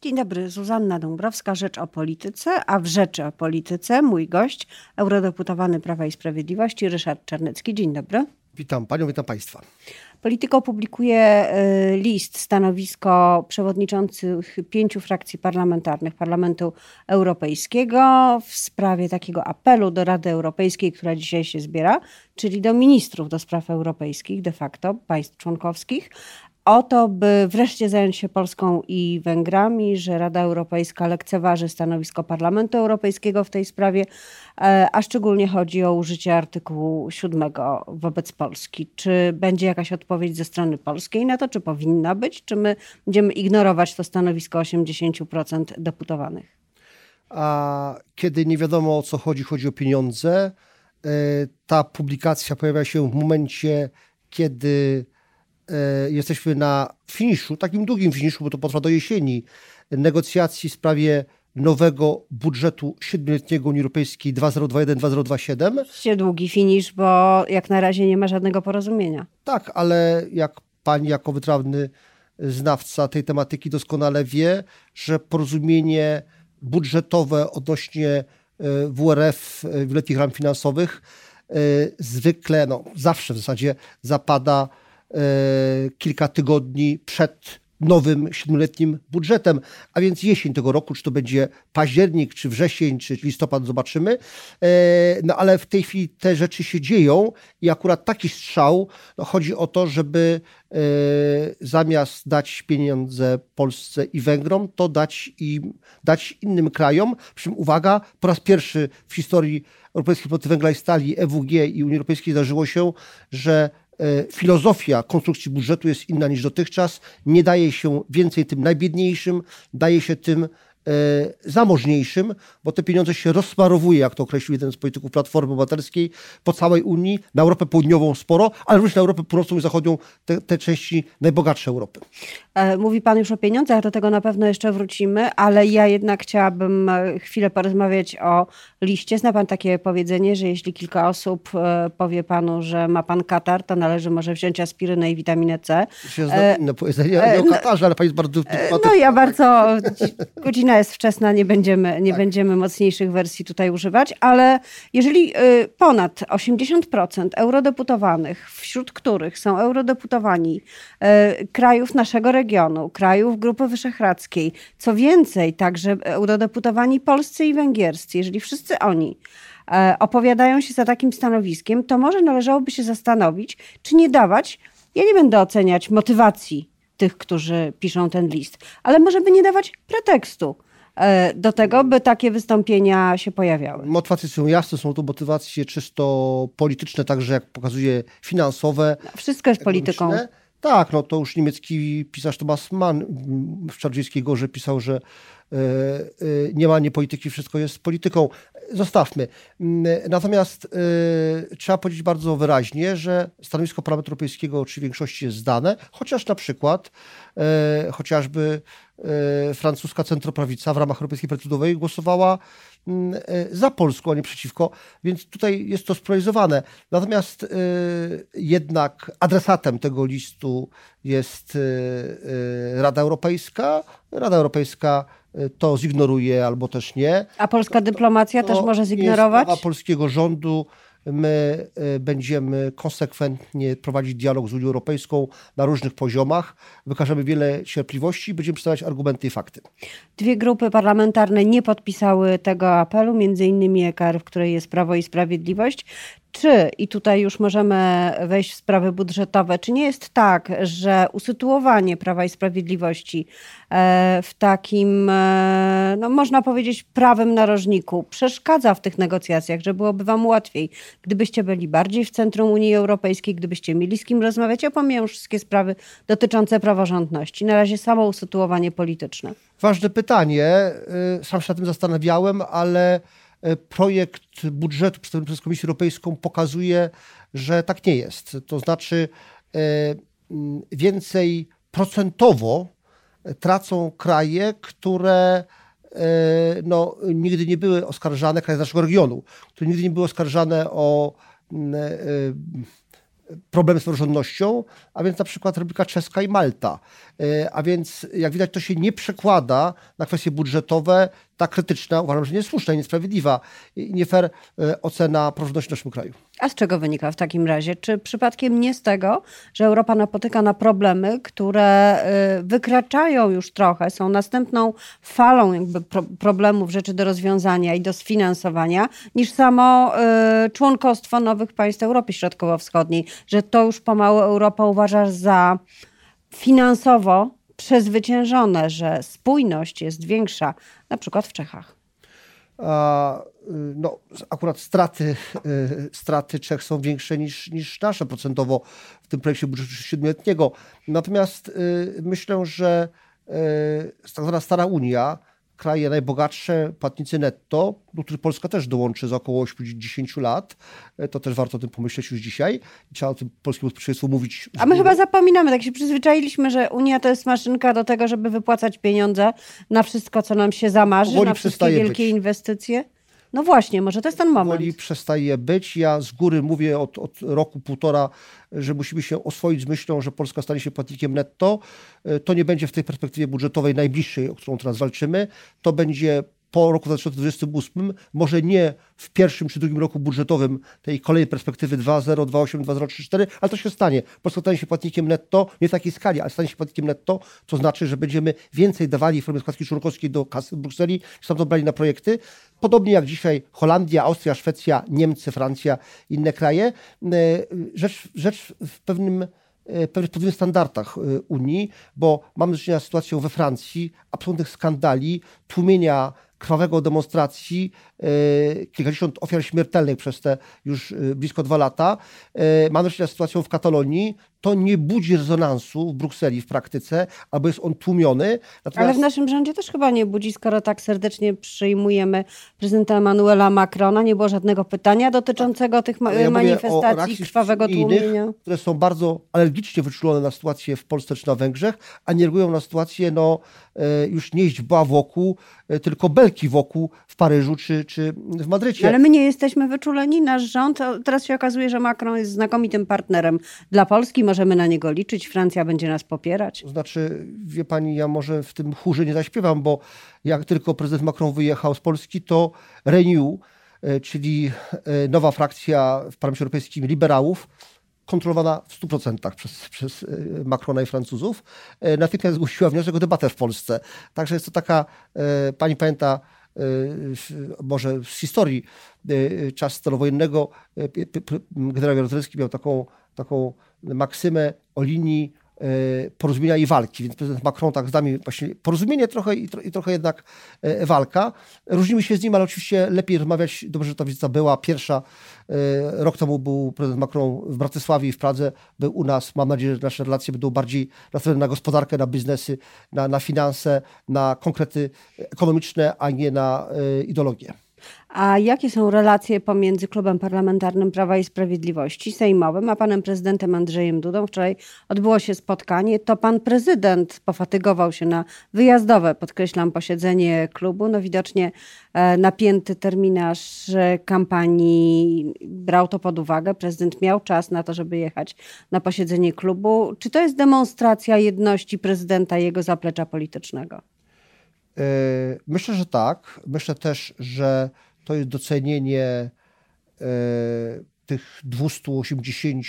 Dzień dobry, Zuzanna Dąbrowska, Rzecz o Polityce, a w Rzeczy o Polityce mój gość, eurodeputowany Prawa i Sprawiedliwości Ryszard Czarnecki. Dzień dobry. Witam panią, witam państwa. Polityko publikuje stanowisko przewodniczących 5 frakcji parlamentarnych Parlamentu Europejskiego w sprawie takiego apelu do Rady Europejskiej, która dzisiaj się zbiera, czyli do ministrów do spraw europejskich de facto, państw członkowskich, o to, by wreszcie zająć się Polską i Węgrami, że Rada Europejska lekceważy stanowisko Parlamentu Europejskiego w tej sprawie, a szczególnie chodzi o użycie artykułu 7 wobec Polski. Czy będzie jakaś odpowiedź ze strony polskiej na to, czy powinna być, czy my będziemy ignorować to stanowisko 80% deputowanych? A kiedy nie wiadomo, o co chodzi o pieniądze, ta publikacja pojawia się w momencie, kiedy jesteśmy na finiszu, takim długim finiszu, bo to potrwa do jesieni, negocjacji w sprawie nowego budżetu 7-letniego Unii Europejskiej 2021-2027. Oczywiście długi finisz, bo jak na razie nie ma żadnego porozumienia. Tak, ale jak pani jako wytrawny znawca tej tematyki doskonale wie, że porozumienie budżetowe odnośnie WRF, wieloletnich ram finansowych, zwykle, zawsze w zasadzie zapada kilka tygodni przed nowym 7-letnim budżetem, a więc jesień tego roku, czy to będzie październik, czy wrzesień, czy listopad, zobaczymy. Ale w tej chwili te rzeczy się dzieją i akurat taki strzał, chodzi o to, żeby zamiast dać pieniądze Polsce i Węgrom, to dać innym krajom. Przy czym uwaga, po raz pierwszy w historii Europejskiej Wspólnoty Węgla i Stali, EWG i Unii Europejskiej zdarzyło się, że filozofia konstrukcji budżetu jest inna niż dotychczas. Nie daje się więcej tym najbiedniejszym, daje się tym zamożniejszym, bo te pieniądze się rozsmarowuje, jak to określił jeden z polityków Platformy Obywatelskiej, po całej Unii, na Europę Południową sporo, ale również na Europę Północną i Zachodnią, te części najbogatsze Europy. Mówi pan już o pieniądzach, do tego na pewno jeszcze wrócimy, ale ja jednak chciałabym chwilę porozmawiać o liście. Zna pan takie powiedzenie, że jeśli kilka osób powie panu, że ma pan katar, to należy może wziąć aspirynę i witaminę C. Się inne powiedzenie, nie o katarze, ale pani jest bardzo... Ja bardzo... Godzina jest wczesna, nie będziemy mocniejszych wersji tutaj używać, ale jeżeli ponad 80% eurodeputowanych, wśród których są eurodeputowani krajów naszego regionu, krajów Grupy Wyszehradzkiej, co więcej, także eurodeputowani polscy i węgierscy, jeżeli wszyscy oni opowiadają się za takim stanowiskiem, to może należałoby się zastanowić, czy nie dawać, ja nie będę oceniać motywacji tych, którzy piszą ten list, ale może by nie dawać pretekstu do tego, by takie wystąpienia się pojawiały. Motywacje są jasne, są to motywacje czysto polityczne, także jak pokazuje finansowe. Wszystko jest polityką. Tak, to już niemiecki pisarz Thomas Mann w Czardziejskiej Gorze pisał, że nie ma polityki, wszystko jest polityką. Zostawmy. Natomiast trzeba powiedzieć bardzo wyraźnie, że stanowisko Parlamentu Europejskiego czy w większości jest zdane, chociaż na przykład chociażby francuska centroprawica w ramach Europejskiej Partii Ludowej głosowała za Polską, a nie przeciwko, więc tutaj jest to spolarizowane. Natomiast jednak adresatem tego listu jest Rada Europejska. Rada Europejska to zignoruje albo też nie. A polska dyplomacja też może zignorować? To jest sprawa polskiego rządu. My będziemy konsekwentnie prowadzić dialog z Unią Europejską na różnych poziomach. Wykażemy wiele cierpliwości i będziemy przedstawiać argumenty i fakty. 2 grupy parlamentarne nie podpisały tego apelu, między innymi EKR, w której jest Prawo i Sprawiedliwość. Czy, i tutaj już możemy wejść w sprawy budżetowe, czy nie jest tak, że usytuowanie Prawa i Sprawiedliwości w takim, można powiedzieć, prawym narożniku przeszkadza w tych negocjacjach, że byłoby wam łatwiej, gdybyście byli bardziej w centrum Unii Europejskiej, gdybyście mieli z kim rozmawiać? Ja pomijam wszystkie sprawy dotyczące praworządności. Na razie samo usytuowanie polityczne. Ważne pytanie. Sam się nad tym zastanawiałem, ale projekt budżetu przedstawiony przez Komisję Europejską pokazuje, że tak nie jest. To znaczy więcej procentowo tracą kraje, które nigdy nie były oskarżane, kraje z naszego regionu, które nigdy nie były oskarżane o problemy z praworządnością, a więc na przykład Republika Czeska i Malta. A więc jak widać to się nie przekłada na kwestie budżetowe. Ta krytyczna uważam, że niesłuszna i niesprawiedliwa i nie fair ocena praworządności w naszym kraju. A z czego wynika w takim razie? Czy przypadkiem nie z tego, że Europa napotyka na problemy, które wykraczają już trochę, są następną falą jakby problemów, rzeczy do rozwiązania i do sfinansowania, niż samo członkostwo nowych państw Europy Środkowo-Wschodniej, że to już pomału Europa uważa za finansowo przezwyciężone, że spójność jest większa, na przykład w Czechach? No, akurat straty Czech są większe niż nasze procentowo w tym projekcie budżetu 7-letniego. Natomiast myślę, że tak zwana Stara Unia, kraje najbogatsze, płatnicy netto, do których Polska też dołączy za około 8-10 lat. To też warto o tym pomyśleć już dzisiaj. Trzeba o tym polskiemu społeczeństwu mówić. A my chyba zapominamy, tak się przyzwyczailiśmy, że Unia to jest maszynka do tego, żeby wypłacać pieniądze na wszystko, co nam się zamarzy, powoli na wszystkie wielkie inwestycje. No właśnie, może to jest ten moment. Powoli przestaje być. Ja z góry mówię od roku, półtora, że musimy się oswoić z myślą, że Polska stanie się płatnikiem netto. To nie będzie w tej perspektywie budżetowej najbliższej, o którą teraz walczymy. To będzie po roku 2028, może nie w pierwszym czy drugim roku budżetowym tej kolejnej perspektywy 2.0, 2.8, 2.0, 3.4, ale to się stanie. Polska stanie się płatnikiem netto, nie w takiej skali, ale stanie się płatnikiem netto, to znaczy, że będziemy więcej dawali w formie składki członkowskiej do kasy w Brukseli, niż tam to brali na projekty. Podobnie jak dzisiaj Holandia, Austria, Szwecja, Niemcy, Francja, inne kraje. Rzecz w pewnych podwójnych standardach Unii, bo mamy do czynienia z sytuacją we Francji, absolutnych skandali, tłumienia krwawego demonstracji, kilkadziesiąt ofiar śmiertelnych przez te już blisko 2 lata. Mamy do czynienia z sytuacją w Katalonii. To nie budzi rezonansu w Brukseli w praktyce, albo jest on tłumiony. Natomiast... Ale w naszym rządzie też chyba nie budzi, skoro tak serdecznie przyjmujemy prezydenta Emmanuela Macrona. Nie było żadnego pytania dotyczącego tych manifestacji, krwawego tłumienia. Które są bardzo alergicznie wyczulone na sytuację w Polsce czy na Węgrzech, a nie reagują na sytuację już nie źdźbła wokół, tylko belki wokół w Paryżu czy w Madrycie. Ale my nie jesteśmy wyczuleni, nasz rząd. Teraz się okazuje, że Macron jest znakomitym partnerem dla Polski. Możemy na niego liczyć. Francja będzie nas popierać. To znaczy, wie pani, ja może w tym chórze nie zaśpiewam, bo jak tylko prezydent Macron wyjechał z Polski, to Renew, czyli nowa frakcja w Parlamencie Europejskim liberałów, kontrolowana w 100% przez Macrona i Francuzów, natychmiast zgłosiła wniosek o debatę w Polsce. Także jest to taka, pani pamięta, może z historii czas stanu wojennego, generał Jaruzelski miał taką maksymę o linii porozumienia i walki, więc prezydent Macron tak z nami właśnie porozumienie trochę i trochę jednak walka. Różnimy się z nim, ale oczywiście lepiej rozmawiać. Dobrze, że ta wizyta była pierwsza. Rok temu był prezydent Macron w Bratysławie i w Pradze, był u nas. Mam nadzieję, że nasze relacje będą bardziej nastawione na gospodarkę, na biznesy, na finanse, na konkrety ekonomiczne, a nie na ideologię. A jakie są relacje pomiędzy Klubem Parlamentarnym Prawa i Sprawiedliwości, sejmowym, a panem prezydentem Andrzejem Dudą? Wczoraj odbyło się spotkanie. To pan prezydent pofatygował się na wyjazdowe, podkreślam, posiedzenie klubu. No widocznie napięty terminarz kampanii brał to pod uwagę. Prezydent miał czas na to, żeby jechać na posiedzenie klubu. Czy to jest demonstracja jedności prezydenta i jego zaplecza politycznego? Myślę, że tak. Myślę też, że to jest docenienie tych 280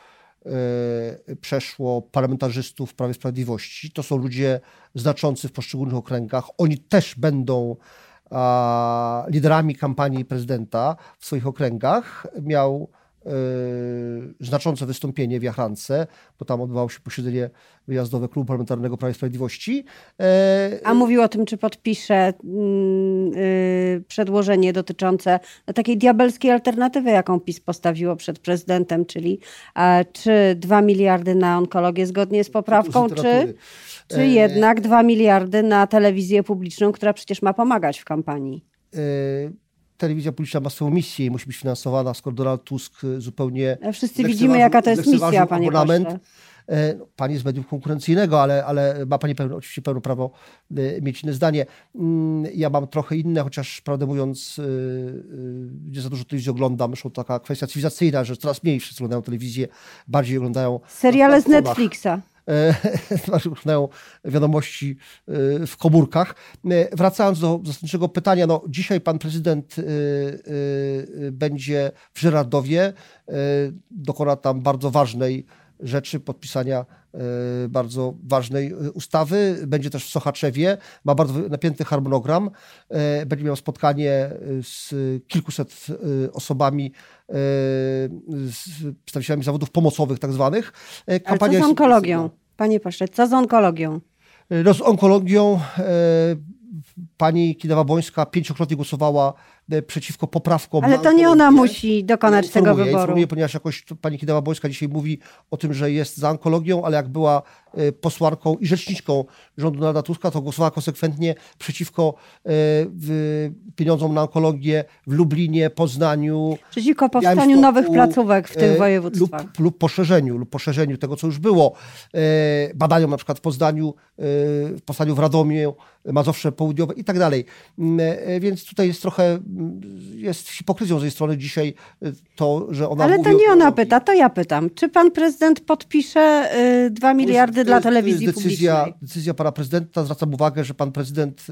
przeszło parlamentarzystów w Prawie i Sprawiedliwości. To są ludzie znaczący w poszczególnych okręgach. Oni też będą liderami kampanii prezydenta w swoich okręgach. Miał znaczące wystąpienie w Jachrance, bo tam odbywało się posiedzenie wyjazdowe Klubu Parlamentarnego Prawa i Sprawiedliwości. A mówił o tym, czy podpisze przedłożenie dotyczące takiej diabelskiej alternatywy, jaką PiS postawiło przed prezydentem, czyli czy 2 miliardy na onkologię zgodnie z poprawką, czy jednak 2 miliardy na telewizję publiczną, która przecież ma pomagać w kampanii. telewizja publiczna ma swoją misję i musi być finansowana, skoro Donald Tusk zupełnie... Wszyscy widzimy, jaka to jest misja, panie abonament. pośle. Pani z mediów konkurencyjnego, ale ma pani oczywiście pełne prawo mieć inne zdanie. Ja mam trochę inne, chociaż prawdę mówiąc nie za dużo telewizji oglądam. Zresztą taka kwestia cywilizacyjna, że coraz mniej wszyscy oglądają telewizję, bardziej oglądają... Seriale z Netflixa. Oglądają wiadomości w komórkach. Wracając do zasadniczego pytania, no dzisiaj pan prezydent będzie w Żeradowie, dokona tam bardzo ważnej rzeczy, podpisania bardzo ważnej ustawy. Będzie też w Sochaczewie, ma bardzo napięty harmonogram. Będzie miał spotkanie z kilkuset osobami, z przedstawicielami zawodów pomocowych tak zwanych. Ale co z onkologią? Panie pośle, co z onkologią? No, z onkologią pani Kidawa-Błońska 5-krotnie głosowała przeciwko poprawkom. Ale to nie ona musi dokonać tego wyboru. Informuję, ponieważ jakoś pani Kidawa-Błońska dzisiaj mówi o tym, że jest za onkologią, ale jak była posłanką i rzeczniczką rządu Donalda Tuska, to głosowała konsekwentnie przeciwko pieniądzom na onkologię w Lublinie, Poznaniu. Przeciwko powstaniu nowych placówek w tych województwach. Lub poszerzeniu tego, co już było. Badaniom na przykład w Poznaniu, w Radomiu, Mazowsze Południowe i tak dalej. Więc tutaj jest trochę hipokryzją z jej strony dzisiaj to, że ona Ale mówi to nie ona pyta, to ja pytam. Czy pan prezydent podpisze 2 miliardy dla telewizji publicznej? Decyzja pana prezydenta. Zwracam uwagę, że pan prezydent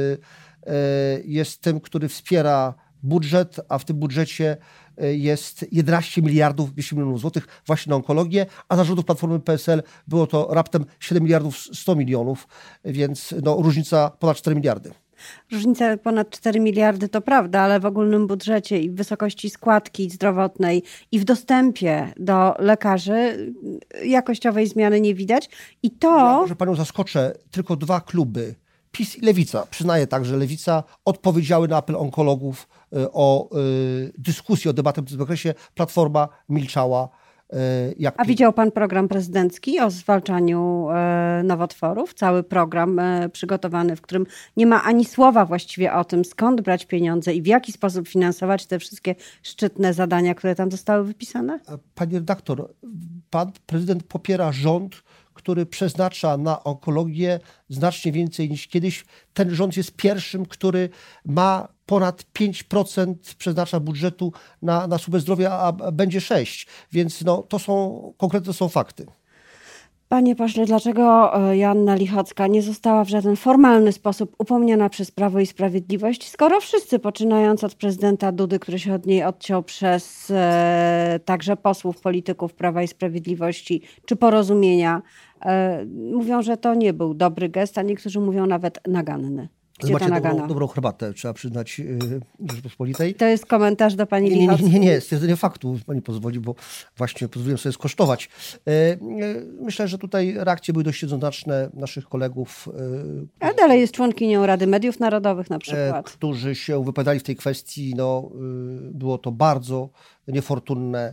jest tym, który wspiera budżet, a w tym budżecie jest 11 miliardów 200 milionów złotych właśnie na onkologię, a za rządów Platformy PSL było to raptem 7 miliardów 100 milionów, więc no, różnica ponad 4 miliardy. Różnica ponad 4 miliardy to prawda, ale w ogólnym budżecie i w wysokości składki zdrowotnej i w dostępie do lekarzy jakościowej zmiany nie widać. I to... Ja może panią zaskoczę, tylko 2 kluby, PiS i Lewica, przyznaję tak, że Lewica odpowiedziały na apel onkologów o dyskusję, o debatę w tym zakresie. Platforma milczała. A widział pan program prezydencki o zwalczaniu nowotworów? Cały program przygotowany, w którym nie ma ani słowa właściwie o tym, skąd brać pieniądze i w jaki sposób finansować te wszystkie szczytne zadania, które tam zostały wypisane? Pani redaktor, pan prezydent popiera rząd, który przeznacza na onkologię znacznie więcej niż kiedyś. Ten rząd jest pierwszym, który ma ponad 5% przeznacza budżetu na służbę zdrowia, a będzie 6%. Więc no, to są fakty. Panie pośle, dlaczego Joanna Lichocka nie została w żaden formalny sposób upomniana przez Prawo i Sprawiedliwość, skoro wszyscy, poczynając od prezydenta Dudy, który się od niej odciął, przez także posłów, polityków Prawa i Sprawiedliwości czy Porozumienia, mówią, że to nie był dobry gest, a niektórzy mówią nawet naganny. Gdzie ta nagana? Dobrą herbatę, trzeba przyznać Rzeczypospolitej. To jest komentarz do pani Lichockiej? Nie, stwierdzenie faktu, pani pozwoli, bo właśnie pozwoliłem sobie skosztować. Myślę, że tutaj reakcje były dość jednoznaczne naszych kolegów. A dalej jest członkinią Rady Mediów Narodowych na przykład. Którzy się wypowiadali w tej kwestii. No, było to bardzo niefortunne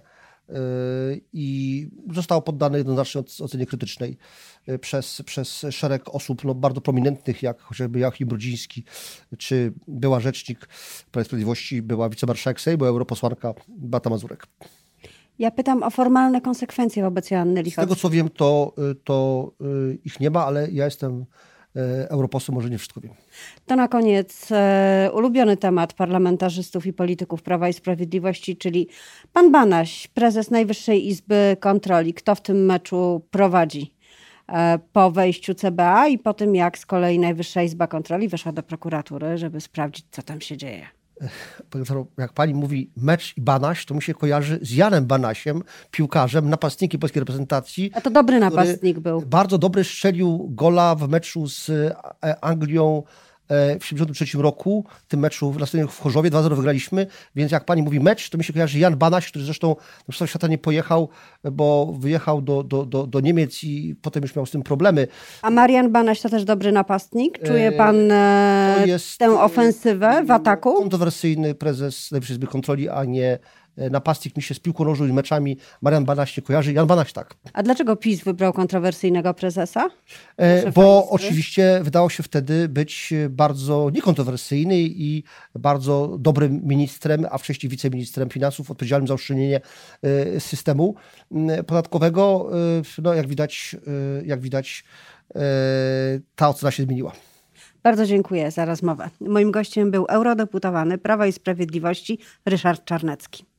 i zostało poddane jednoznacznie ocenie krytycznej przez szereg osób no, bardzo prominentnych, jak chociażby Joachim Brudziński, czy była rzecznik Prawa i Sprawiedliwości, była wicemarszałek Sejmu, była europosłanka Beata Mazurek. Ja pytam o formalne konsekwencje wobec Joanny Lichockiej. Z tego co wiem, to ich nie ma, ale ja jestem europosłem, może nie wszystko wiem. To na koniec ulubiony temat parlamentarzystów i polityków Prawa i Sprawiedliwości, czyli pan Banaś, prezes Najwyższej Izby Kontroli. Kto w tym meczu prowadzi po wejściu CBA i po tym, jak z kolei Najwyższa Izba Kontroli weszła do prokuratury, żeby sprawdzić, co tam się dzieje? Jak pani mówi mecz i Banaś, to mi się kojarzy z Janem Banasiem, piłkarzem, napastnikiem polskiej reprezentacji. A to dobry napastnik był. Bardzo dobry, strzelił gola w meczu z Anglią w 1973 roku. W tym meczu w Chorzowie 2-0 wygraliśmy, więc jak pani mówi mecz, to mi się kojarzy Jan Banaś, który zresztą do Mistrzostw Świata nie pojechał, bo wyjechał do Niemiec i potem już miał z tym problemy. A Marian Banaś to też dobry napastnik? Czuje pan tę ofensywę w ataku? Kontrowersyjny prezes Najwyższej Izby Kontroli, a nie napastnik mi się z piłką nożną i meczami, Marian Banaś nie kojarzy. Jan Banaś tak. A dlaczego PiS wybrał kontrowersyjnego prezesa? Bo oczywiście wydało się wtedy być bardzo niekontrowersyjny i bardzo dobrym ministrem, a wcześniej wiceministrem finansów odpowiedzialnym za uszczelnienie systemu podatkowego. No, jak widać, ta ocena się zmieniła. Bardzo dziękuję za rozmowę. Moim gościem był eurodeputowany Prawa i Sprawiedliwości Ryszard Czarnecki.